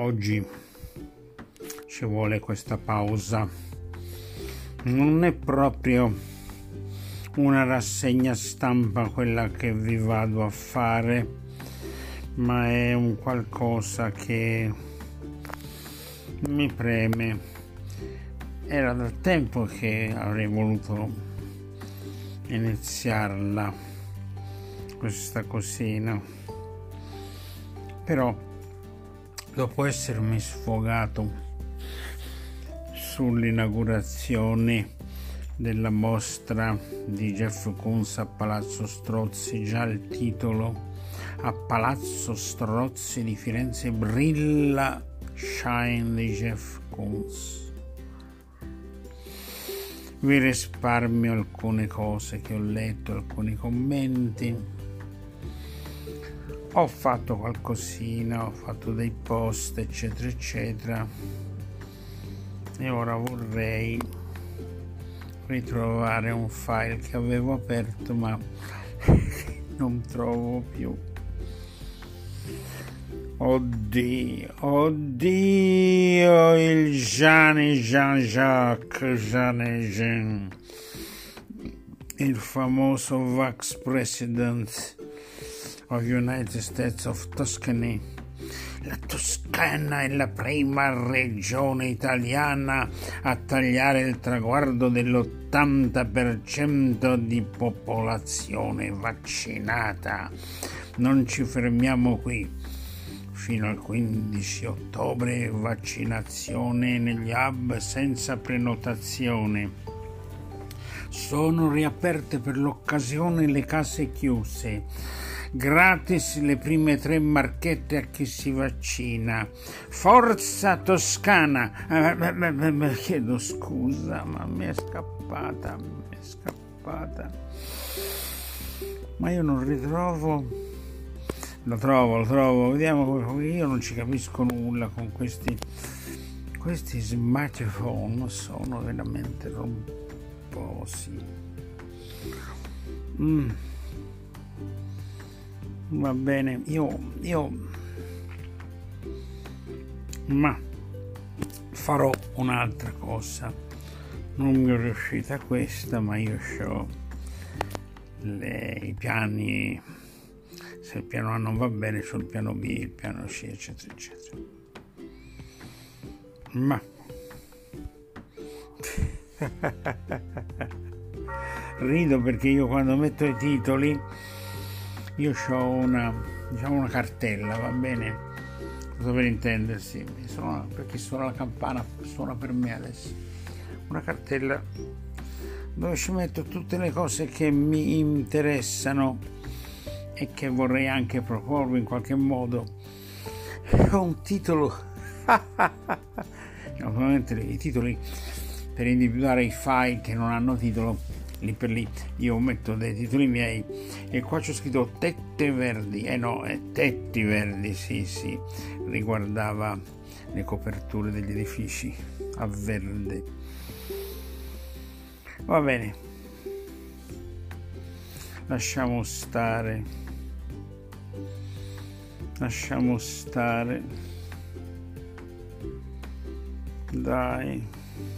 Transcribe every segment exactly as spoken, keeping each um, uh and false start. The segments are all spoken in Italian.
oggi ci vuole questa pausa. Non è proprio una rassegna stampa quella che vi vado a fare, ma è un qualcosa che mi preme. Era da tempo che avrei voluto iniziarla, questa cosina, però dopo essermi sfogato sull'inaugurazione della mostra di Jeff Koons a Palazzo Strozzi, già il titolo "A Palazzo Strozzi di Firenze brilla Shine" di Jeff Koons, vi risparmio alcune cose che ho letto, alcuni commenti. Ho fatto qualcosina, ho fatto dei post eccetera eccetera, e ora vorrei ritrovare un file che avevo aperto ma non trovo più. Oddio, oddio, il Gianni Jean-Jacques Jean, il famoso Vice President of United States of Tuscany. La Toscana è la prima regione italiana a tagliare il traguardo dell'ottanta per cento di popolazione vaccinata. Non ci fermiamo qui. Fino al quindici ottobre vaccinazione negli hub senza prenotazione. Sono riaperte per l'occasione le case chiuse. Gratis le prime tre marchette a chi si vaccina. Forza Toscana! Eh, chiedo scusa, ma mi è scappata, mi è scappata. Ma io non ritrovo. Lo trovo, lo trovo. Vediamo, io non ci capisco nulla con questi. Questi smartphone sono veramente romposi. Mm. Va bene, io, io ma farò un'altra cosa. Non mi è riuscita questa, ma io ho i piani. Se il piano A non va bene, c'ho il piano B, il piano C, eccetera eccetera. Ma rido perché io quando metto i titoli io ho una, diciamo, una cartella, va bene? Cosa per intendersi? Suona, perché suona la campana, suona per me adesso. Una cartella dove ci metto tutte le cose che mi interessano e che vorrei anche proporvi in qualche modo. Ho un titolo, ovviamente i titoli per individuare i file che non hanno titolo. Lì per lì io metto dei titoli miei e qua c'ho scritto Tette Verdi, eh no, è Tetti Verdi, sì sì, riguardava le coperture degli edifici a verde. Va bene, lasciamo stare, lasciamo stare, dai.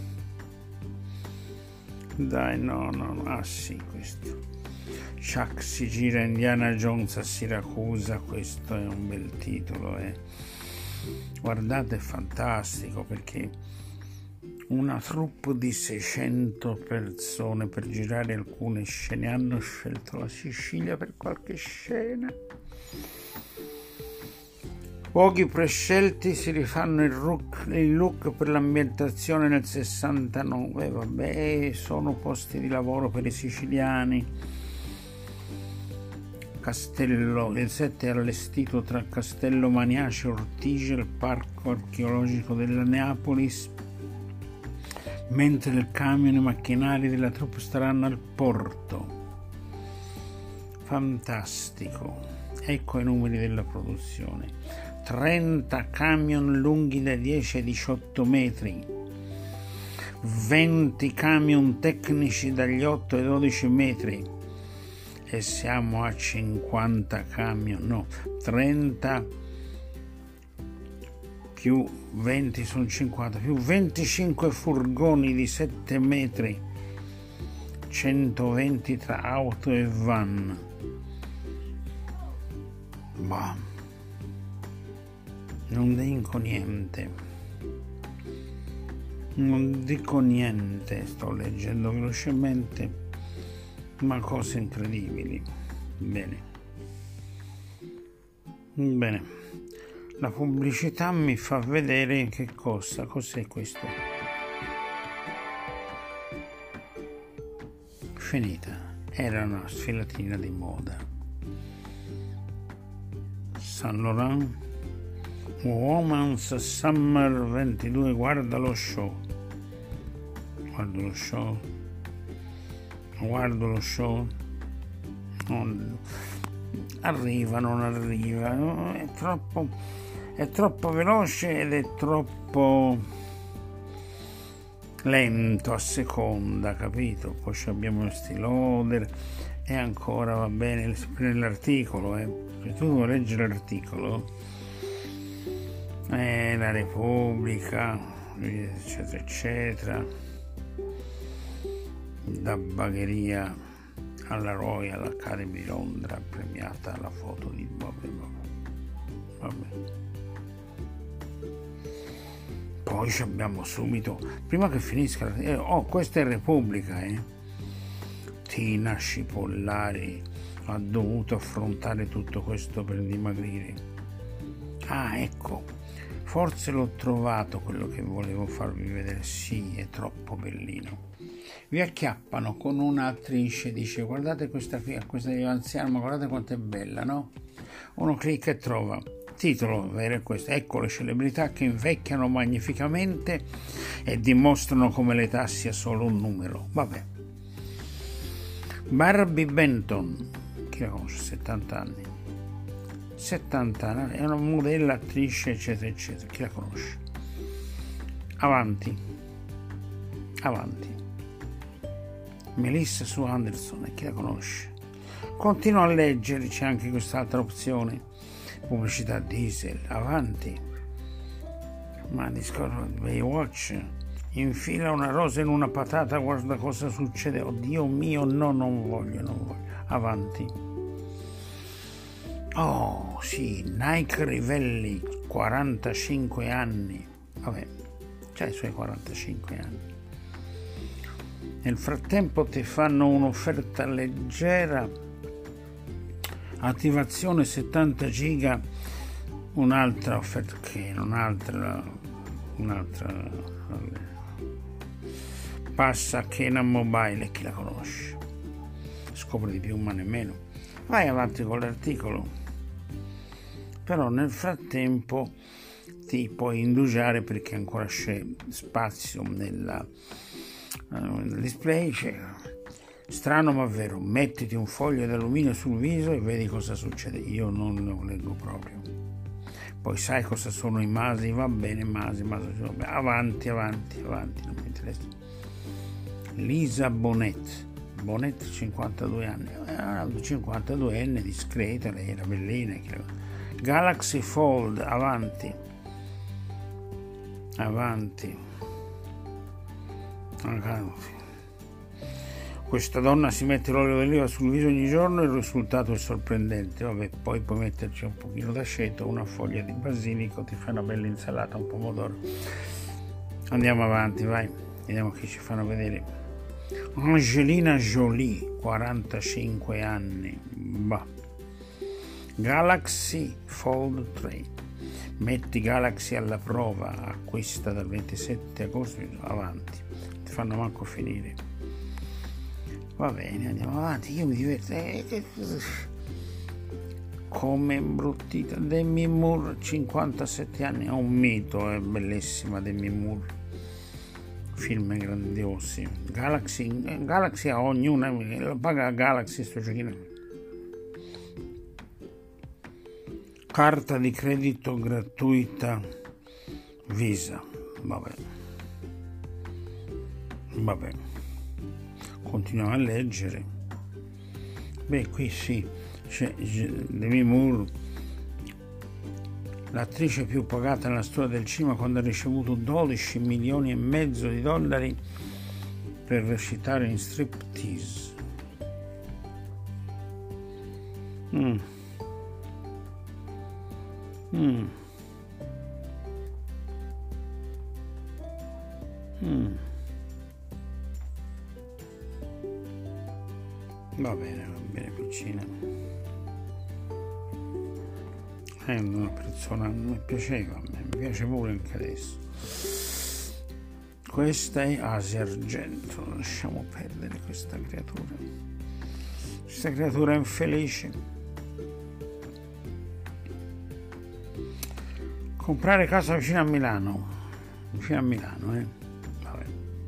Dai, no, no, no, ah sì, questo. Chuck si gira Indiana Jones a Siracusa, questo è un bel titolo, eh. Guardate, è fantastico perché una troupe di seicento persone per girare alcune scene hanno scelto la Sicilia per qualche scena. Pochi prescelti si rifanno il look, il look per l'ambientazione nel sessantanove. Vabbè, sono posti di lavoro per i siciliani. Castello, il set è allestito tra Castello Maniace Ortigia e il parco archeologico della Neapolis, mentre il camion e i macchinari della troupe staranno al porto. Fantastico. Ecco i numeri della produzione. trenta camion lunghi da dieci ai diciotto metri, venti camion tecnici dagli otto ai dodici metri, e siamo a cinquanta camion, no, trenta più venti sono cinquanta, più venticinque furgoni di sette metri, centoventi tra auto e van. Bah, non dico niente, non dico niente, sto leggendo velocemente, ma cose incredibili. Bene, bene, la pubblicità mi fa vedere che cosa, cos'è questo? Finita, era una sfilatina di moda. Saint Laurent Women's Summer ventidue, guarda lo show, guardo lo show, guardo lo show, non arriva, non arriva, no? È troppo, è troppo veloce ed è troppo lento a seconda, capito? Poi abbiamo lo stiloder e ancora va bene nell'articolo, eh. Se tu leggi l'articolo, eh, la Repubblica, eccetera eccetera, da Bagheria alla Royal Academy di Londra, premiata la foto di vabbè, vabbè, vabbè. Poi abbiamo subito, prima che finisca, eh, oh, questa è Repubblica, eh. Tina Scipollari ha dovuto affrontare tutto questo per dimagrire. Ah, ecco, forse l'ho trovato quello che volevo farvi vedere. Sì, è troppo bellino. Vi acchiappano con un'attrice, dice guardate questa qui, questa anziana, ma guardate quanto è bella, no? Uno clicca e trova. Titolo vero è questo: ecco le celebrità che invecchiano magnificamente e dimostrano come l'età sia solo un numero. Vabbè. Barbie Benton, chi la conosce? settanta anni. settanta anni, è una modella, attrice, eccetera, eccetera. Chi la conosce? Avanti. Avanti. Melissa Sue Anderson, chi la conosce? Continuo a leggere, c'è anche quest'altra opzione. Pubblicità diesel, avanti. Ma discorso Baywatch, infila una rosa in una patata, guarda cosa succede. Oddio mio, no, non voglio, non voglio. Avanti. Oh, sì, Nike Rivelli, quarantacinque anni. Vabbè, c'ha i suoi quarantacinque anni. Nel frattempo ti fanno un'offerta leggera, attivazione settanta giga, un'altra offerta che un'altra un'altra vabbè. Passa Kenan Mobile, chi la conosce? Scopre di più ma nemmeno. Vai avanti con l'articolo, però nel frattempo ti puoi indugiare perché ancora c'è spazio nella, uh, nel display. C'è, strano ma vero, mettiti un foglio d'alluminio sul viso e vedi cosa succede. Io non lo leggo proprio. Poi sai cosa sono i masi, va bene, masi, masi, avanti, avanti, avanti, non mi interessa. Lisa Bonet, Bonet cinquantadue anni, eh, cinquantaduenne, discreta, lei era bellina. Galaxy Fold, avanti, avanti, avanti. Questa donna si mette l'olio d'oliva sul viso ogni giorno e il risultato è sorprendente. Vabbè, poi puoi metterci un pochino d'aceto, una foglia di basilico, ti fai una bella insalata, un pomodoro. Andiamo avanti, vai, vediamo chi ci fanno vedere. Angelina Jolie, quarantacinque anni. Bah. Galaxy Fold tre. Metti Galaxy alla prova, acquista dal ventisette agosto, avanti. Ti fanno manco finire. Va bene, andiamo avanti, io mi diverto. Eh, eh, come imbruttita. Demi Moore, cinquantasette anni, è un mito, è bellissima Demi Moore. Film grandiosi. Galaxy, Galaxy a ognuna, lo paga Galaxy sto giochino. Carta di credito gratuita Visa. Vabbè. Vabbè. Continuiamo a leggere. Beh, qui sì, c'è Demi Moore l'attrice più pagata nella storia del cinema, quando ha ricevuto dodici milioni e mezzo di dollari per recitare in Striptease. Mm. Mm. Mm. Va bene, va bene, piccina. È una persona, mi piaceva, a me, mi piace pure anche adesso. Questa è Asia Argento, lasciamo perdere questa creatura. Questa creatura infelice. Comprare casa vicino a Milano. Vicino a Milano, eh. Vabbè.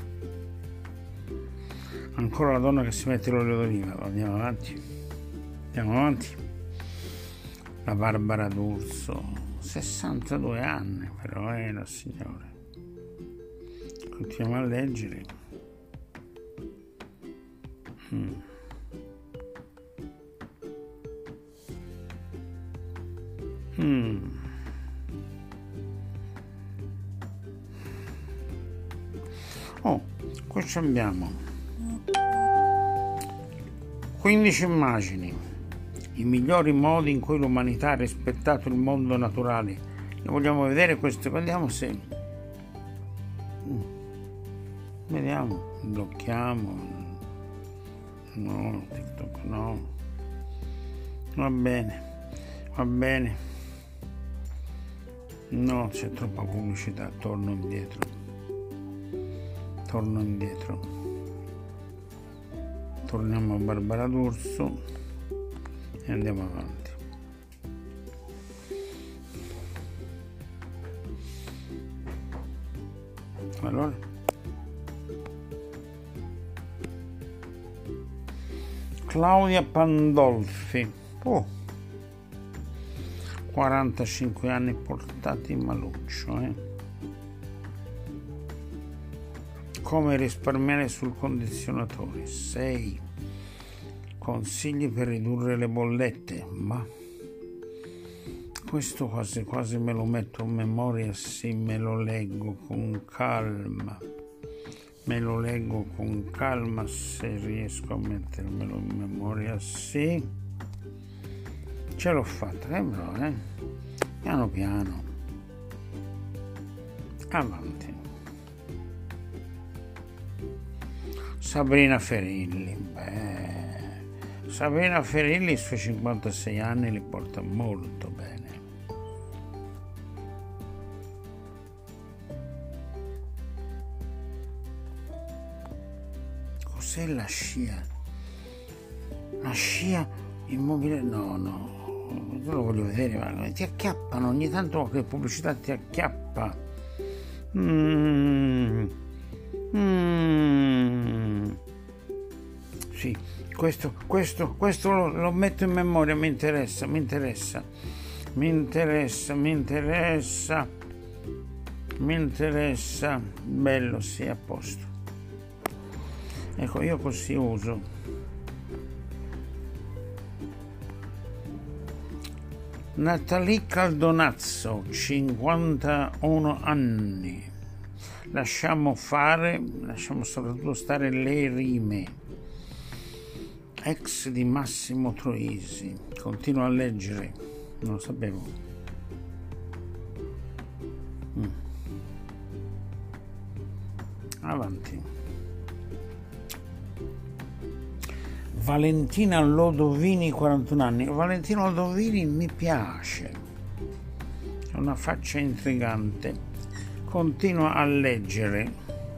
Ancora la donna che si mette l'olio d'oliva. Andiamo avanti. Andiamo avanti. La Barbara D'Urso, sessantadue anni, però è la signora. Continuiamo a leggere. Mm. Mm. Oh, qua ci abbiamo quindici immagini, i migliori modi in cui l'umanità ha rispettato il mondo naturale. E vogliamo vedere queste, vediamo se mm. vediamo, blocchiamo. No, TikTok no. Va bene, va bene. No, c'è troppa pubblicità, torno indietro. Torno indietro. Torniamo a Barbara D'Urso e andiamo avanti. Allora, Claudia Pandolfi, oh, quarantacinque anni portati in maluccio, eh. Come risparmiare sul condizionatore. sei consigli per ridurre le bollette. Ma questo quasi quasi me lo metto in memoria, sì, me lo leggo con calma. Me lo leggo con calma se riesco a mettermelo in memoria, sì. Ce l'ho fatta, eh, però, eh. Piano piano. Avanti. Sabrina Ferilli, beh, Sabrina Ferilli i suoi cinquantasei anni li porta molto bene. Cos'è la scia? La scia immobiliare? No, no, io lo voglio vedere, ma ti acchiappano, ogni tanto che pubblicità ti acchiappa. Mm. Mm. Sì, questo, questo, questo lo, lo metto in memoria, mi interessa, mi interessa, mi interessa, mi interessa, mi interessa, bello, sì, a posto. Ecco, io così uso. Natalie Caldonazzo, cinquantuno anni. Lasciamo fare, lasciamo soprattutto stare le rime. Ex di Massimo Troisi. Continuo a leggere, non lo sapevo. Mm. Avanti. Valentina Lodovini, quarantuno anni. Valentina Lodovini mi piace, ha una faccia intrigante. Continua a leggere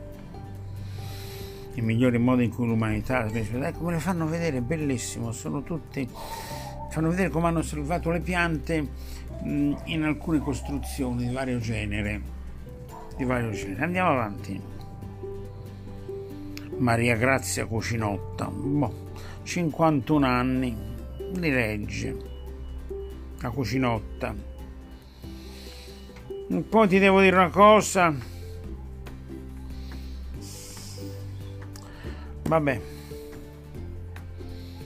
i migliori modi in cui l'umanità, ecco, me le fanno vedere, bellissimo, sono tutti, fanno vedere come hanno salvato le piante mh, in alcune costruzioni di vario genere, di vario genere. Andiamo avanti. Maria Grazia Cucinotta, boh, cinquantuno anni, li legge, la Cucinotta. Poi ti devo dire una cosa, vabbè,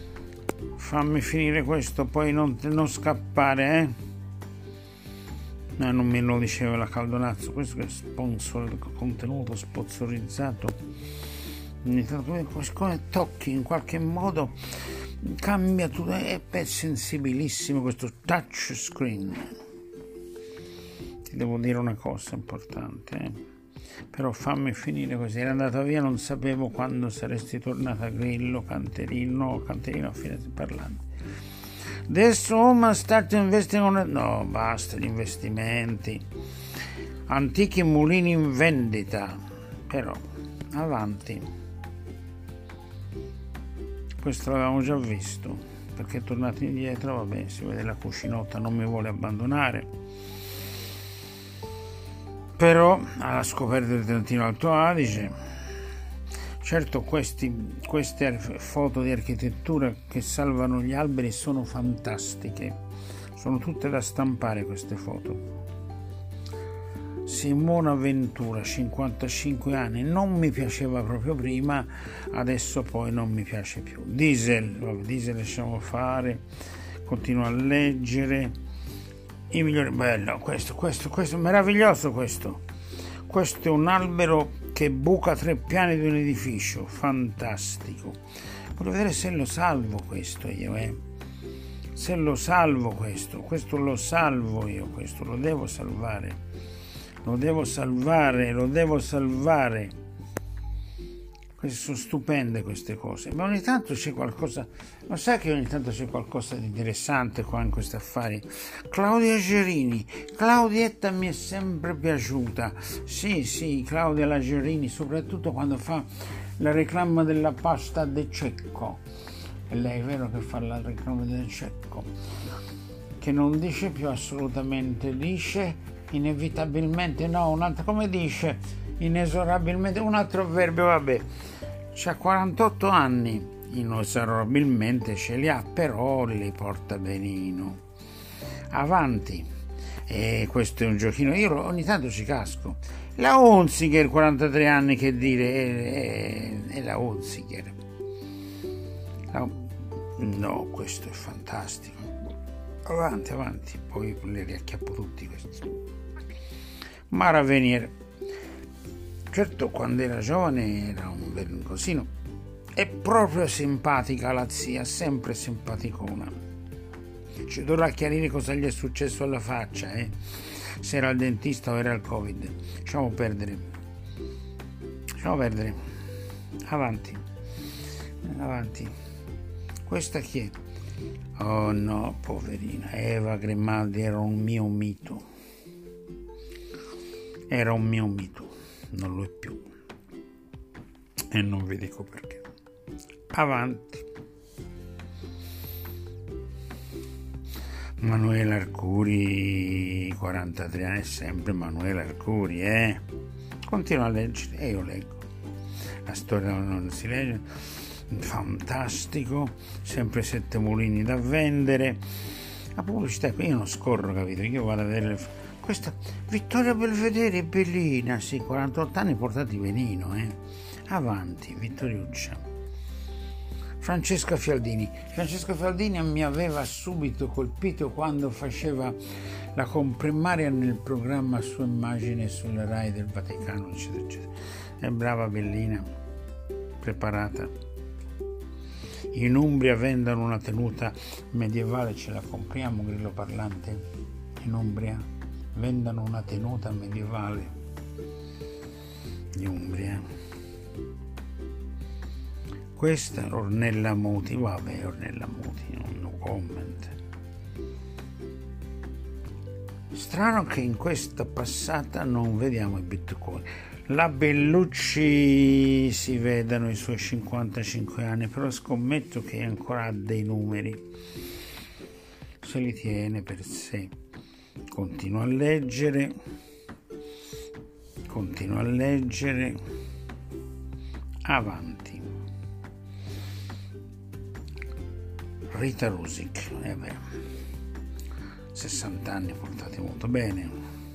fammi finire questo, poi non, non scappare, eh? No, non me lo diceva la Caldonazzo, questo è sponsor, contenuto sponsorizzato. Come tocchi in qualche modo cambia tutto, è sensibilissimo questo touch screen. Ti devo dire una cosa importante, eh? Però fammi finire così. Era andata via, non sapevo quando saresti tornata. Grillo, Canterino, Canterino a fine parlando. This woman start investing on it. No, basta gli investimenti. Antichi mulini in vendita. Però, avanti. Questo l'avevamo già visto, perché è tornato indietro. Vabbè, si vede la cucinotta, non mi vuole abbandonare. Però alla scoperta del Trentino Alto Adige, certo questi, queste foto di architettura che salvano gli alberi sono fantastiche, sono tutte da stampare queste foto. Simona Ventura, cinquantacinque anni, non mi piaceva proprio prima, adesso poi non mi piace più. Diesel, vabbè, Diesel lasciamo fare, continuo a leggere. I migliori, bello, questo, questo, questo, meraviglioso questo. Questo è un albero che buca tre piani di un edificio, fantastico. Voglio vedere se lo salvo questo io, eh. Se lo salvo questo, questo lo salvo io, questo lo devo salvare. Lo devo salvare, lo devo salvare. Queste sono stupende queste cose, ma ogni tanto c'è qualcosa, lo sai che ogni tanto c'è qualcosa di interessante qua in questi affari. Claudia Gerini, Claudietta mi è sempre piaciuta, sì sì, Claudia la Gerini, soprattutto quando fa la reclama della pasta de Cecco, e lei è vero che fa la reclama del Cecco, che non dice più assolutamente, dice inevitabilmente, no, un altro, come dice, inesorabilmente, un altro avverbio, vabbè. C'ha quarantotto anni, inesorabilmente ce li ha, però li porta benino. Avanti. E questo è un giochino, io ogni tanto ci casco. La Hunziker, quarantatré anni, che dire, è, è, è la Hunziker. La, no, questo è fantastico. Avanti, avanti, poi le riacchiappo tutti questi. Mara Venier. Certo, quando era giovane era un bel cosino. È proprio simpatica la zia, sempre simpaticona. Ci dovrà chiarire cosa gli è successo alla faccia, eh? Se era il dentista o era il Covid. Lasciamo perdere. Lasciamo perdere. Avanti. Avanti. Questa chi è? Oh no, poverina. Eva Grimaldi era un mio mito. Era un mio mito. Non lo è più e non vi dico perché. Avanti. Manuela Arcuri, quarantatré anni, sempre Manuela Arcuri, eh? Continua a leggere e io leggo. La storia non si legge. Fantastico, sempre sette mulini da vendere. La pubblicità qui io non scorro, capito? Io vado a vedere le... Questa Vittoria Belvedere è bellina, sì, quarantotto anni portati benino, eh. Avanti, Vittoriuccia. Francesca Fialdini. Francesca Fialdini mi aveva subito colpito quando faceva la comprimaria nel programma Sua Immagine sulla Rai del Vaticano, eccetera, eccetera. È brava, bellina, preparata. In Umbria vendono una tenuta medievale, ce la compriamo, Grillo Parlante? In Umbria vendano una tenuta medievale di Umbria. Questa Ornella Muti, vabbè, Ornella Muti, no comment. Strano che in questa passata non vediamo i bitcoin. La Bellucci si vedano i suoi cinquantacinque anni, però scommetto che ancora ha dei numeri, se li tiene per sé. Continuo a leggere, continuo a leggere, avanti. Rita Rusic, eh beh, sessanta anni portati molto bene.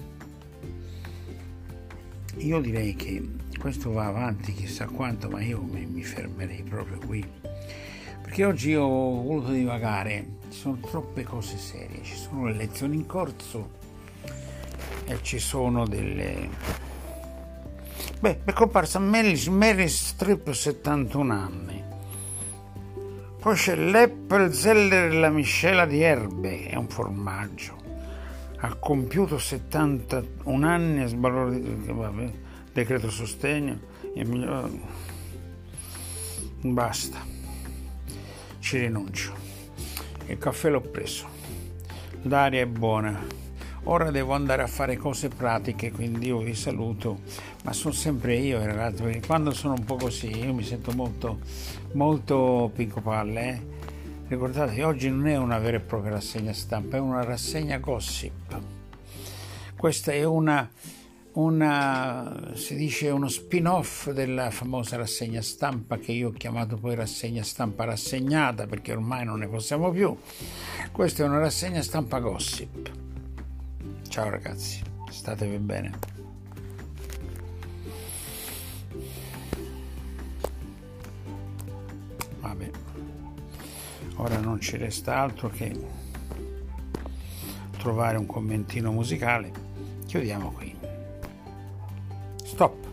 Io direi che questo va avanti chissà quanto, ma io mi, mi fermerei proprio qui, perché oggi ho voluto divagare. Ci sono troppe cose serie, ci sono le lezioni in corso e ci sono delle... Beh, è comparsa Meryl Streep, settantuno anni. Poi c'è l'Appenzeller e la miscela di erbe, è un formaggio. Ha compiuto settantuno anni, sbalordito, vabbè, decreto sostegno, e miglior... basta, ci rinuncio. Il caffè l'ho preso, l'aria è buona. Ora devo andare a fare cose pratiche, quindi io vi saluto, ma sono sempre io, ragazzi, perché quando sono un po' così io mi sento molto, molto piccopalle. Eh? Ricordate, oggi non è una vera e propria rassegna stampa, è una rassegna gossip. Questa è una, una si dice uno spin-off della famosa rassegna stampa che io ho chiamato poi rassegna stampa rassegnata, perché ormai non ne possiamo più. Questa è una rassegna stampa gossip. Ciao ragazzi, statevi bene. Vabbè, ora non ci resta altro che trovare un commentino musicale. Chiudiamo qui. Stop.